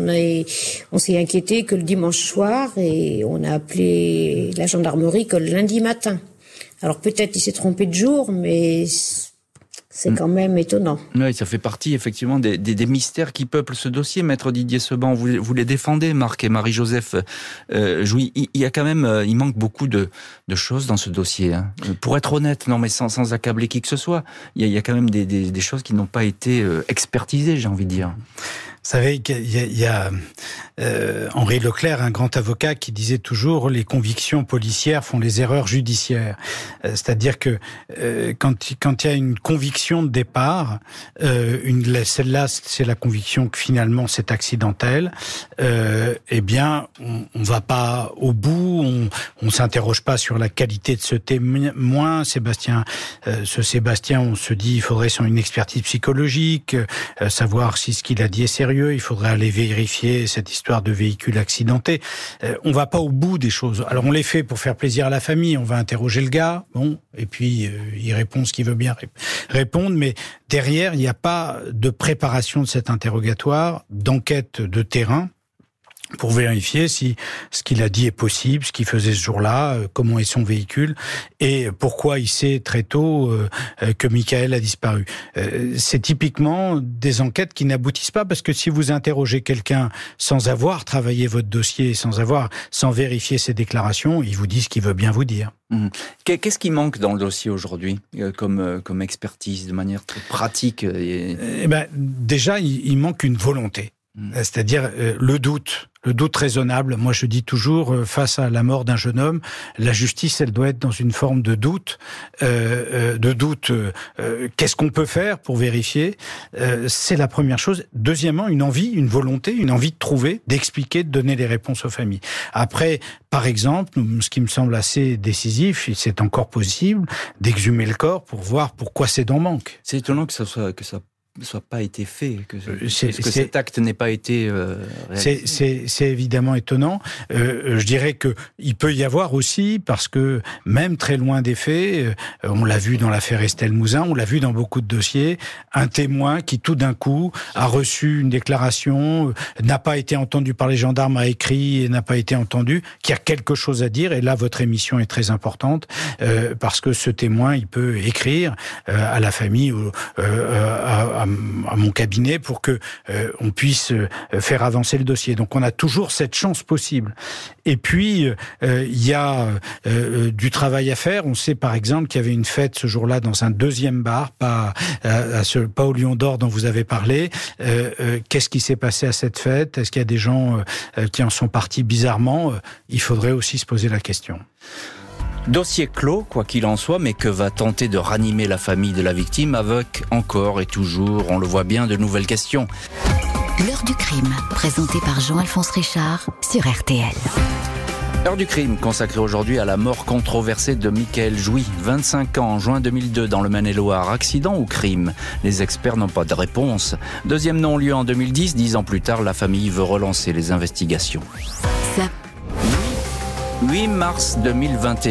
on s'est inquiété que le dimanche soir, et on a appelé la gendarmerie que le lundi matin. Alors peut-être il s'est trompé de jour, mais c'est quand même étonnant. Oui, ça fait partie effectivement des mystères qui peuplent ce dossier. Maître Didier Seban, vous les défendez, Marc et Marie-Joseph Jouy. Il y a quand même, il manque beaucoup de choses dans ce dossier. Hein. Pour être honnête, non mais sans accabler qui que ce soit, il y a quand même des choses qui n'ont pas été expertisées, j'ai envie de dire. Vous savez qu'il y a Henri Leclerc, un grand avocat, qui disait toujours les convictions policières font les erreurs judiciaires. C'est-à-dire que quand il y a une conviction de départ, celle-là c'est la conviction que finalement c'est accidentel. Eh bien, on va pas au bout, on s'interroge pas sur la qualité de ce témoin. Sébastien, on se dit il faudrait sur une expertise psychologique, savoir si ce qu'il a dit est sérieux. Il faudrait aller vérifier cette histoire de véhicule accidenté. On va pas au bout des choses. Alors on les fait pour faire plaisir à la famille. On va interroger le gars, et puis il répond ce qu'il veut bien répondre. Mais derrière, il n'y a pas de préparation de cet interrogatoire, d'enquête de terrain, pour vérifier si ce qu'il a dit est possible, ce qu'il faisait ce jour-là, comment est son véhicule, et pourquoi il sait très tôt que Michael a disparu. C'est typiquement des enquêtes qui n'aboutissent pas, parce que si vous interrogez quelqu'un sans avoir travaillé votre dossier, sans vérifier ses déclarations, il vous dit ce qu'il veut bien vous dire. Qu'est-ce qui manque dans le dossier aujourd'hui, comme expertise, de manière très pratique déjà, il manque une volonté. C'est-à-dire le doute raisonnable. Moi, je dis toujours, face à la mort d'un jeune homme, la justice, elle doit être dans une forme de doute. Qu'est-ce qu'on peut faire pour vérifier ? C'est la première chose. Deuxièmement, une envie, une volonté, une envie de trouver, d'expliquer, de donner les réponses aux familles. Après, par exemple, ce qui me semble assez décisif, c'est encore possible d'exhumer le corps pour voir pourquoi c'est en manque. C'est étonnant que ça soit pas été fait, que cet acte n'ait pas été réalisé. C'est évidemment étonnant. Je dirais que il peut y avoir aussi, parce que même très loin des faits, on l'a vu dans l'affaire Estelle Mouzin, on l'a vu dans beaucoup de dossiers, un témoin qui tout d'un coup a reçu une déclaration, n'a pas été entendu par les gendarmes, a écrit et n'a pas été entendu, qui a quelque chose à dire. Et là, votre émission est très importante, parce que ce témoin, il peut écrire à la famille, à mon cabinet, pour que on puisse faire avancer le dossier. Donc on a toujours cette chance possible. Et puis il y a du travail à faire. On sait par exemple qu'il y avait une fête ce jour-là dans un deuxième bar, pas au Lion d'Or dont vous avez parlé. Qu'est-ce qui s'est passé à cette fête ? Est-ce qu'il y a des gens qui en sont partis bizarrement ? Il faudrait aussi se poser la question. Dossier clos, quoi qu'il en soit, mais que va tenter de ranimer la famille de la victime avec encore et toujours, on le voit bien, de nouvelles questions. L'heure du crime, présentée par Jean-Alphonse Richard sur RTL. L'heure du crime, consacrée aujourd'hui à la mort controversée de Michael Jouy, 25 ans, en juin 2002, dans le Maine-et-Loire. Accident ou crime ? Les experts n'ont pas de réponse. Deuxième non-lieu en 2010, 10 ans plus tard, la famille veut relancer les investigations. 8 mars 2021,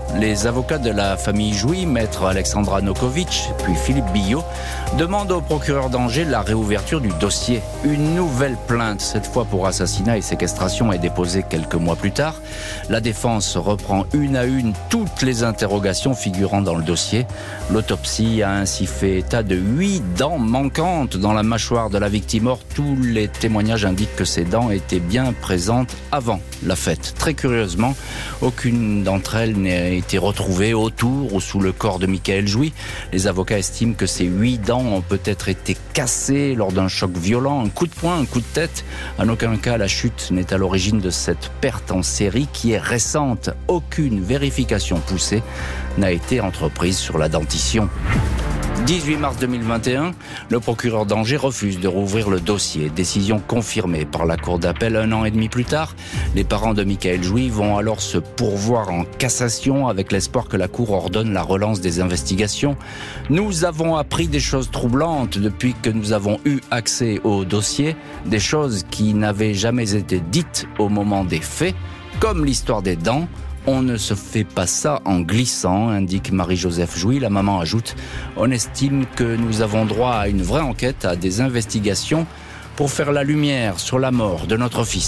Les avocats de la famille Jouy, maître Alexandra Nokovic, puis Philippe Billot, demandent au procureur d'Angers la réouverture du dossier. Une nouvelle plainte, cette fois pour assassinat et séquestration, est déposée quelques mois plus tard. La défense reprend une à une toutes les interrogations figurant dans le dossier. L'autopsie a ainsi fait état de 8 dents manquantes dans la mâchoire de la victime. Or, tous les témoignages indiquent que ces dents étaient bien présentes avant la fête. Très curieusement, aucune d'entre elles n'a été retrouvée autour ou sous le corps de Michaël Jouy. Les avocats estiment que ces 8 dents ont peut-être été cassées lors d'un choc violent, un coup de poing, un coup de tête. En aucun cas, la chute n'est à l'origine de cette perte en série qui est récente. Aucune vérification poussée n'a été entreprise sur la dentition. 18 mars 2021, le procureur d'Angers refuse de rouvrir le dossier. Décision confirmée par la cour d'appel 1 an et demi plus tard. Les parents de Michaël Jouy vont alors se pourvoir en cassation avec l'espoir que la cour ordonne la relance des investigations. Nous avons appris des choses troublantes depuis que nous avons eu accès au dossier, des choses qui n'avaient jamais été dites au moment des faits, comme l'histoire des dents. On ne se fait pas ça en glissant, indique Marie-Joseph Jouy. La maman ajoute « On estime que nous avons droit à une vraie enquête, à des investigations pour faire la lumière sur la mort de notre fils ».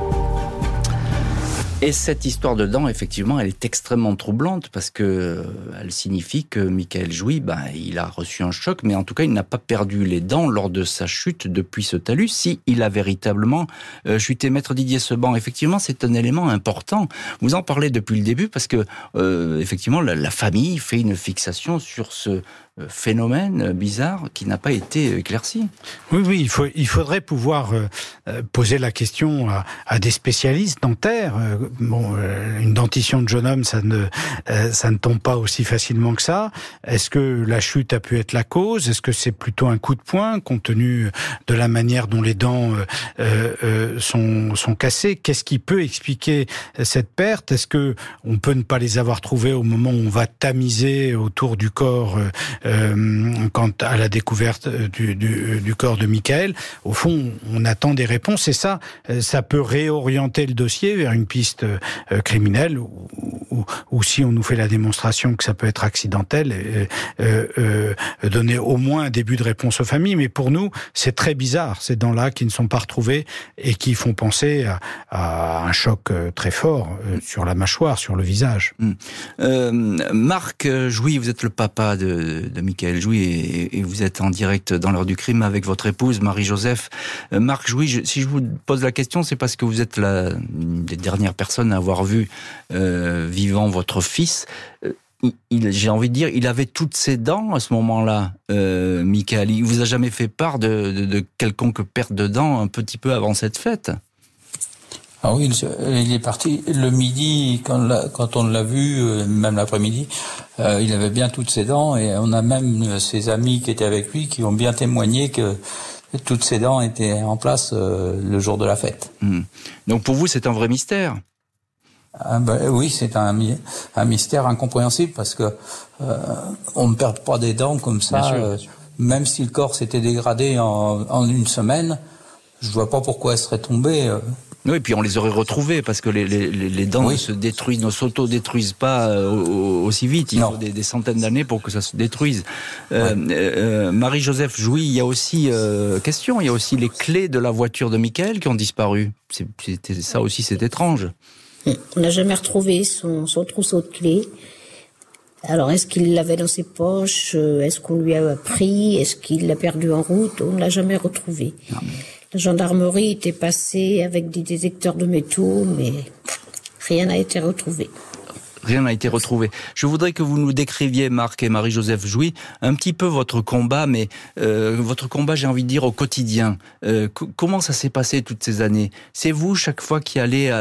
Et cette histoire de dents, effectivement, elle est extrêmement troublante parce que elle signifie que Michaël Jouy, il a reçu un choc, mais en tout cas, il n'a pas perdu les dents lors de sa chute depuis ce talus. Si il a véritablement chuté, maître Didier Seban, effectivement, c'est un élément important. Vous en parlez depuis le début parce que, effectivement, la famille fait une fixation sur ce phénomène bizarre qui n'a pas été éclairci. Oui, il faudrait pouvoir poser la question à des spécialistes dentaires. Une dentition de jeune homme, ça ne tombe pas aussi facilement que ça. Est-ce que la chute a pu être la cause? Est-ce que c'est plutôt un coup de poing, compte tenu de la manière dont les dents sont cassées? Qu'est-ce qui peut expliquer cette perte? Est-ce que on peut ne pas les avoir trouvées au moment où on va tamiser autour du corps quant à la découverte du corps de Michaël? Au fond, on attend des réponses et ça peut réorienter le dossier vers une piste criminelle ou si on nous fait la démonstration que ça peut être accidentel, donner au moins un début de réponse aux familles. Mais pour nous, c'est très bizarre, ces dents-là qui ne sont pas retrouvées et qui font penser à un choc très fort sur la mâchoire, sur le visage. Marc Jouy, vous êtes le papa de Michaël Jouy et vous êtes en direct dans l'heure du crime avec votre épouse Marie-Joseph. Marc Jouy, si je vous pose la question, c'est parce que vous êtes une des dernières personnes à avoir vu vivant votre fils. J'ai envie de dire, il avait toutes ses dents à ce moment-là, Michaël. Il vous a jamais fait part de quelconque perte de dents un petit peu avant cette fête? Ah oui, il est parti le midi, quand on l'a vu, même l'après-midi, il avait bien toutes ses dents, et on a même ses amis qui étaient avec lui qui ont bien témoigné que toutes ses dents étaient en place le jour de la fête. Donc pour vous, c'est un vrai mystère? Oui, c'est un mystère incompréhensible parce que on ne perd pas des dents comme ça, même si le corps s'était dégradé en une semaine. Je vois pas pourquoi elles seraient tombées. Oui, et puis on les aurait retrouvées parce que les dents ne se détruisent, ne s'auto-détruisent pas aussi vite. Il faut des centaines d'années pour que ça se détruise. Marie-Joseph Jouy, il y a aussi il y a aussi les clés de la voiture de Michaël qui ont disparu. Ça aussi, c'est étrange. On n'a jamais retrouvé son trousseau de clés. Alors, est-ce qu'il l'avait dans ses poches? Est-ce qu'on lui a pris? Est-ce qu'il l'a perdu en route? On ne l'a jamais retrouvé. La gendarmerie était passée avec des détecteurs de métaux, mais rien n'a été retrouvé. Rien n'a été retrouvé. Je voudrais que vous nous décriviez, Marc et Marie-Joseph Jouy, un petit peu votre combat, mais votre combat, j'ai envie de dire, au quotidien. Comment ça s'est passé toutes ces années? C'est vous, chaque fois, qui allez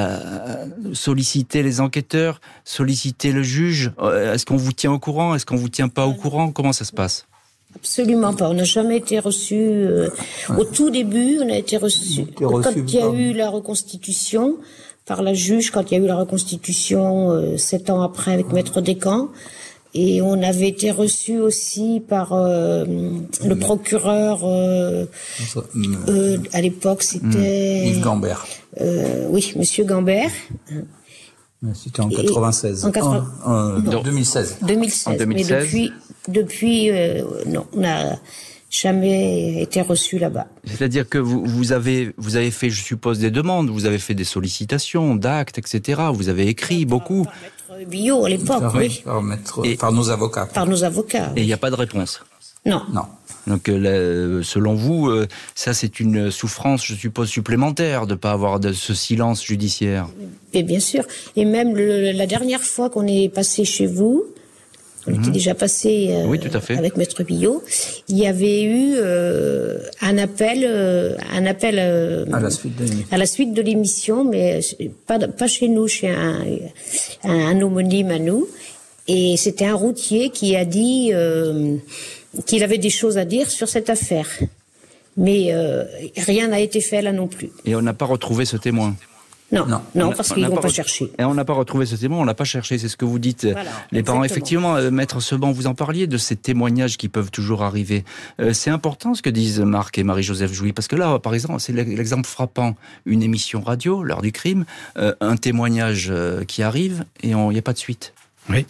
solliciter les enquêteurs, solliciter le juge? Est-ce qu'on vous tient au courant? Est-ce qu'on vous tient pas au courant? Comment ça se passe? Absolument pas. On n'a jamais été reçus. Au tout début, on a été reçus. Quand il y a eu la reconstitution par la juge, quand il y a eu la reconstitution 7 ans après avec Maître Descamps, et on avait été reçus aussi par le procureur. À l'époque, c'était Yves Gambert. Oui, Monsieur Gambert. C'était en 96. En 2016. 2016. En 2016. Mais depuis non, on n'a jamais été reçu là-bas. C'est-à-dire que vous avez fait, je suppose, des demandes, vous avez fait des sollicitations d'actes, etc. Vous avez écrit beaucoup. Par Maître Billot à l'époque, oui. Par nos avocats. Par nos avocats. Et il n'y a pas de réponse. Non. Donc, selon vous, ça c'est une souffrance, je suppose, supplémentaire de ne pas avoir de ce silence judiciaire. Et bien sûr. Et même la dernière fois qu'on est passé chez vous, on était déjà passé oui, tout à fait. avec Maître Billot, il y avait eu un appel à la suite de l'émission, mais pas chez nous, chez un homonyme à nous. Et c'était un routier qui a dit qu'il avait des choses à dire sur cette affaire. Mais rien n'a été fait là non plus. Et on n'a pas retrouvé ce témoin. Non, parce qu'ils n'ont pas cherché. Et on n'a pas retrouvé ce témoin, on l'a pas cherché, c'est ce que vous dites. Voilà, les parents, exactement. effectivement, Maître Seban, vous en parliez de ces témoignages qui peuvent toujours arriver. C'est important ce que disent Marc et Marie-Joseph Jouy, parce que là, par exemple, c'est l'exemple frappant. Une émission radio, l'heure du crime, un témoignage qui arrive et il n'y a pas de suite. Oui,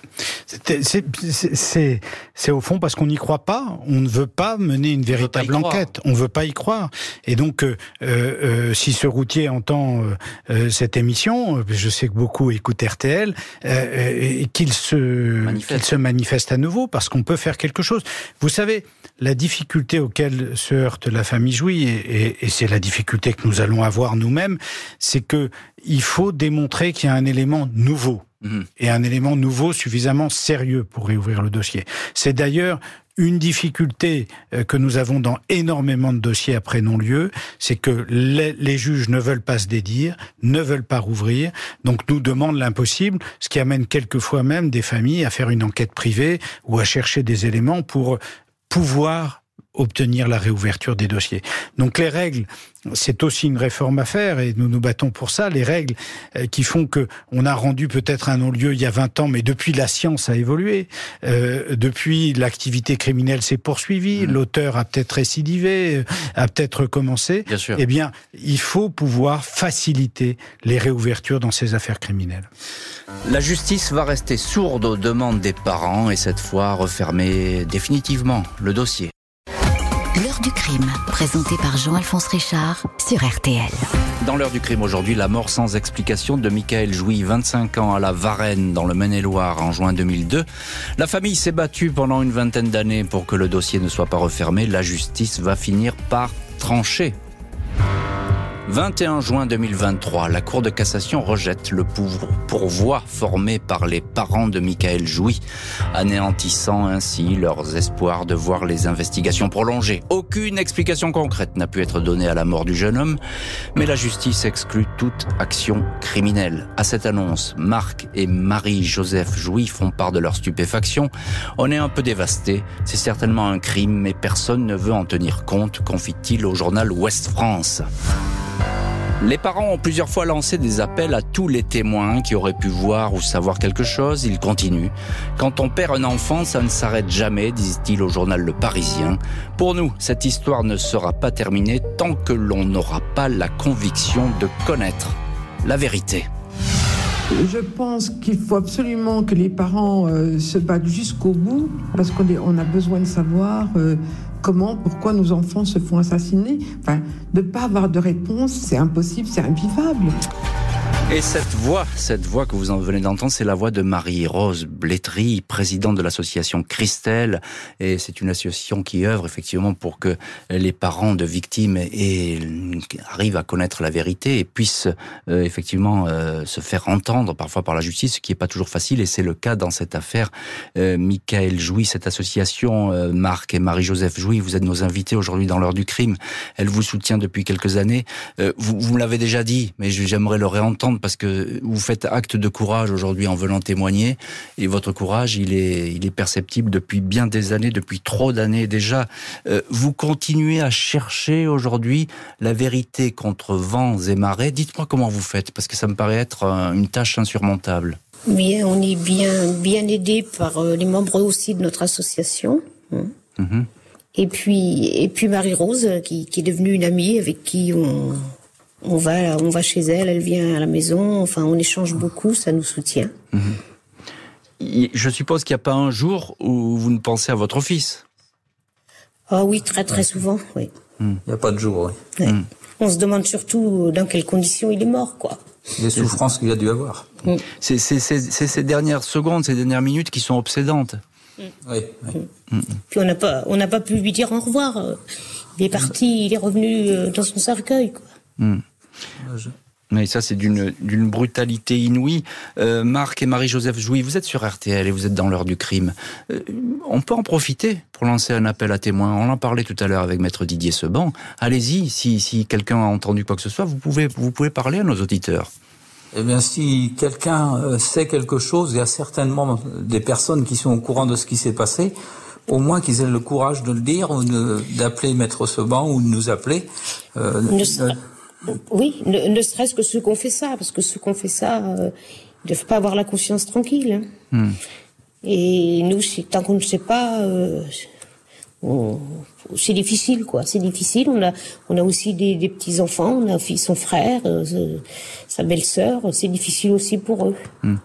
c'est au fond parce qu'on n'y croit pas. On ne veut pas mener une véritable enquête. On ne veut pas y croire. Et donc, si ce routier entend cette émission, je sais que beaucoup écoutent RTL, qu'il se manifeste à nouveau parce qu'on peut faire quelque chose. Vous savez, la difficulté auquel se heurte la famille Jouy, et c'est la difficulté que nous allons avoir nous-mêmes, c'est que il faut démontrer qu'il y a un élément nouveau. Et un élément nouveau suffisamment sérieux pour réouvrir le dossier. C'est d'ailleurs une difficulté que nous avons dans énormément de dossiers après non-lieu, c'est que les juges ne veulent pas se dédire, ne veulent pas rouvrir, donc nous demandent l'impossible, ce qui amène quelquefois même des familles à faire une enquête privée ou à chercher des éléments pour pouvoir obtenir la réouverture des dossiers. Donc les règles, c'est aussi une réforme à faire et nous nous battons pour ça. Les règles qui font que on a rendu peut-être un non-lieu il y a 20 ans, mais depuis la science a évolué, depuis l'activité criminelle s'est poursuivie, l'auteur a peut-être récidivé, a peut-être recommencé. Bien sûr. Eh bien, il faut pouvoir faciliter les réouvertures dans ces affaires criminelles. La justice va rester sourde aux demandes des parents et cette fois refermer définitivement le dossier. L'heure du crime, présentée par Jean-Alphonse Richard sur RTL. Dans l'heure du crime aujourd'hui, la mort sans explication de Michael Jouy, 25 ans, à la Varenne, dans le Maine-et-Loire, en juin 2002. La famille s'est battue pendant une vingtaine d'années pour que le dossier ne soit pas refermé. La justice va finir par trancher. 21 juin 2023, la Cour de cassation rejette le pourvoi formé par les parents de Michael Jouy, anéantissant ainsi leurs espoirs de voir les investigations prolongées. Aucune explication concrète n'a pu être donnée à la mort du jeune homme, mais la justice exclut toute action criminelle. À cette annonce, Marc et Marie-Joseph Jouy font part de leur stupéfaction. On est un peu dévasté, c'est certainement un crime, mais personne ne veut en tenir compte, confie-t-il au journal Ouest France. Les parents ont plusieurs fois lancé des appels à tous les témoins qui auraient pu voir ou savoir quelque chose. Ils continuent. Quand on perd un enfant, ça ne s'arrête jamais, disent-ils au journal Le Parisien. Pour nous, cette histoire ne sera pas terminée tant que l'on n'aura pas la conviction de connaître la vérité. Je pense qu'il faut absolument que les parents se battent jusqu'au bout, parce qu'on a besoin de savoir pourquoi nos enfants se font assassiner. Enfin, de ne pas avoir de réponse, c'est impossible, c'est invivable. Et cette voix que vous en venez d'entendre, c'est la voix de Marie-Rose Blétry, présidente de l'association Christelle. Et c'est une association qui œuvre effectivement pour que les parents de victimes arrivent à connaître la vérité et puissent effectivement se faire entendre parfois par la justice, ce qui n'est pas toujours facile. Et c'est le cas dans cette affaire Michael Jouy, cette association Marc et Marie-Joseph Jouy. Vous êtes nos invités aujourd'hui dans l'heure du crime. Elle vous soutient depuis quelques années. Vous me l'avez déjà dit, mais j'aimerais le réentendre parce que vous faites acte de courage aujourd'hui en venant témoigner et votre courage, il est perceptible depuis bien des années, depuis trop d'années déjà. Vous continuez à chercher aujourd'hui la vérité contre vents et marées. Dites-moi comment vous faites, parce que ça me paraît être une tâche insurmontable. Mais on est bien aidé par les membres aussi de notre association. Et puis Marie-Rose, qui est devenue une amie avec qui On va chez elle, elle vient à la maison, enfin on échange beaucoup, ça nous soutient. Je suppose qu'il n'y a pas un jour où vous ne pensez à votre fils. Ah oui, très très souvent, oui. Il n'y a pas de jour, oui. Ouais. On se demande surtout dans quelles conditions il est mort, quoi. Les souffrances qu'il a dû avoir. C'est ces dernières secondes, ces dernières minutes qui sont obsédantes. Oui. Puis on n'a pas pu lui dire au revoir. Il est parti, il est revenu dans son cercueil, quoi. Mais ça, c'est d'une brutalité inouïe. Marc et Marie-Joseph Jouy, vous êtes sur RTL et vous êtes dans l'heure du crime. On peut en profiter pour lancer un appel à témoins. On en parlait tout à l'heure avec Maître Didier Seban. Allez-y, si quelqu'un a entendu quoi que ce soit, vous pouvez parler à nos auditeurs. Eh bien, si quelqu'un sait quelque chose, il y a certainement des personnes qui sont au courant de ce qui s'est passé. Au moins qu'ils aient le courage de le dire, ou d'appeler Maître Seban, ou de nous appeler. Oui, ne serait-ce que ceux qui ont fait ça, parce que ceux qui ont fait ça ne doivent pas avoir la conscience tranquille. Et nous, tant qu'on ne sait pas, c'est difficile, quoi. C'est difficile. On a aussi des petits enfants, on a son frère, sa belle-sœur. C'est difficile aussi pour eux.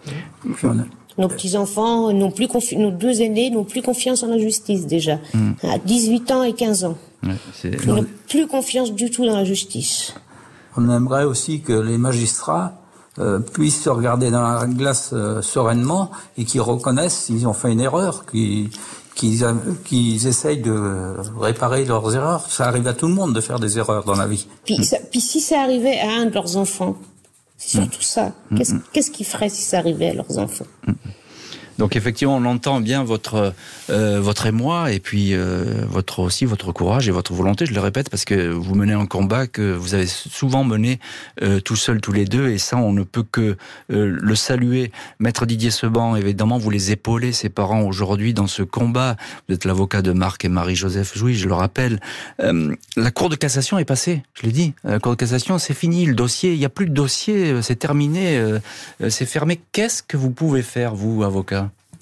Nos petits enfants nos 2 aînés n'ont plus confiance en la justice déjà, à 18 ans et 15 ans. Ils n'ont plus confiance du tout dans la justice. On aimerait aussi que les magistrats puissent se regarder dans la glace sereinement et qu'ils reconnaissent s'ils ont fait une erreur, qu'ils essayent de réparer leurs erreurs. Ça arrive à tout le monde de faire des erreurs dans la vie. Puis si ça arrivait à un de leurs enfants, c'est surtout ça. Qu'est-ce qu'ils feraient si ça arrivait à leurs enfants ? Donc effectivement, on entend bien votre émoi et puis votre courage et votre volonté. Je le répète parce que vous menez un combat que vous avez souvent mené tout seul, tous les deux, et ça, on ne peut que le saluer. Maître Didier Seban, évidemment, vous les épaulez, ses parents, aujourd'hui, dans ce combat. Vous êtes l'avocat de Marc et Marie-Joseph Jouy, je le rappelle. La Cour de cassation est passée, je l'ai dit. La Cour de cassation, c'est fini, le dossier, il n'y a plus de dossier, c'est terminé, c'est fermé. Qu'est-ce que vous pouvez faire, vous, avocat ?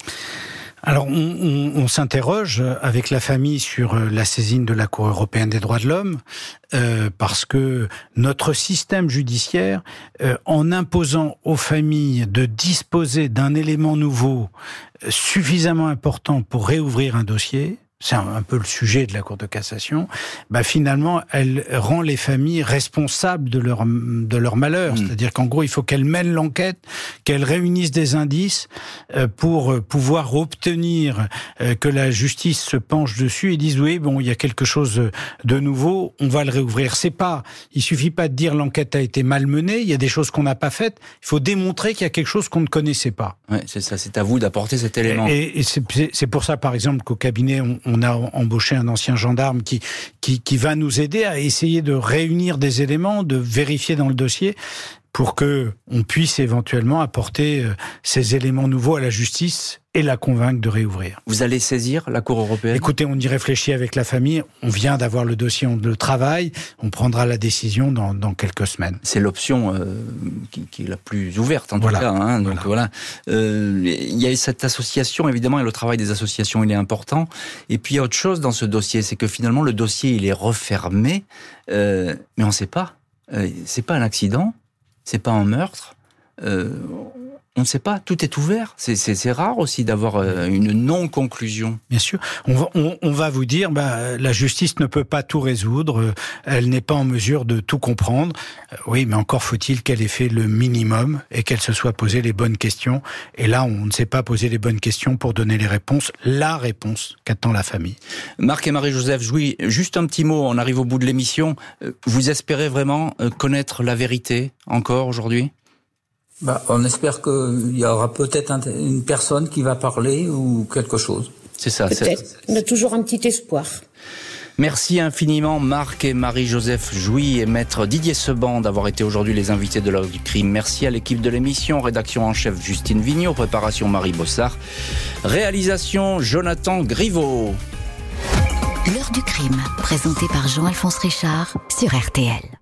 Alors, on s'interroge avec la famille sur la saisine de la Cour européenne des droits de l'homme, parce que notre système judiciaire, en imposant aux familles de disposer d'un élément nouveau suffisamment important pour réouvrir un dossier, c'est un peu le sujet de la Cour de cassation, finalement, elle rend les familles responsables de leur malheur. C'est-à-dire qu'en gros, il faut qu'elles mènent l'enquête, qu'elles réunissent des indices pour pouvoir obtenir que la justice se penche dessus et dise oui, bon, il y a quelque chose de nouveau, on va le réouvrir. Il suffit pas de dire l'enquête a été mal menée, il y a des choses qu'on n'a pas faites, il faut démontrer qu'il y a quelque chose qu'on ne connaissait pas. Ouais, c'est ça, c'est à vous d'apporter cet élément. Et c'est pour ça, par exemple, qu'au cabinet, on a embauché un ancien gendarme qui va nous aider à essayer de réunir des éléments, de vérifier dans le dossier pour que on puisse éventuellement apporter ces éléments nouveaux à la justice et la convaincre de réouvrir. Vous allez saisir la Cour européenne ? Écoutez, on y réfléchit avec la famille, on vient d'avoir le dossier, on le travaille, on prendra la décision dans quelques semaines. C'est l'option qui est la plus ouverte en tout cas. Hein, donc voilà. Il y a cette association, évidemment, et le travail des associations, il est important. Et puis il y a autre chose dans ce dossier, c'est que finalement le dossier il est refermé, mais on ne sait pas. C'est pas un accident, c'est pas un meurtre. On ne sait pas, tout est ouvert. C'est rare aussi d'avoir une non-conclusion. Bien sûr. On va vous dire, la justice ne peut pas tout résoudre, elle n'est pas en mesure de tout comprendre. Oui, mais encore faut-il qu'elle ait fait le minimum et qu'elle se soit posé les bonnes questions. Et là, on ne s'est pas posé les bonnes questions pour donner les réponses, la réponse qu'attend la famille. Marc et Marie-Joseph Jouy, juste un petit mot, on arrive au bout de l'émission. Vous espérez vraiment connaître la vérité encore aujourd'hui ? On espère qu'il y aura peut-être une personne qui va parler ou quelque chose. C'est ça. Peut-être. On a toujours un petit espoir. Merci infiniment Marc et Marie-Joseph Jouy et Maître Didier Seban d'avoir été aujourd'hui les invités de l'heure du crime. Merci à l'équipe de l'émission, rédaction en chef Justine Vignot, préparation Marie Bossard, réalisation Jonathan Griveaux. L'heure du crime, présentée par Jean-Alphonse Richard sur RTL.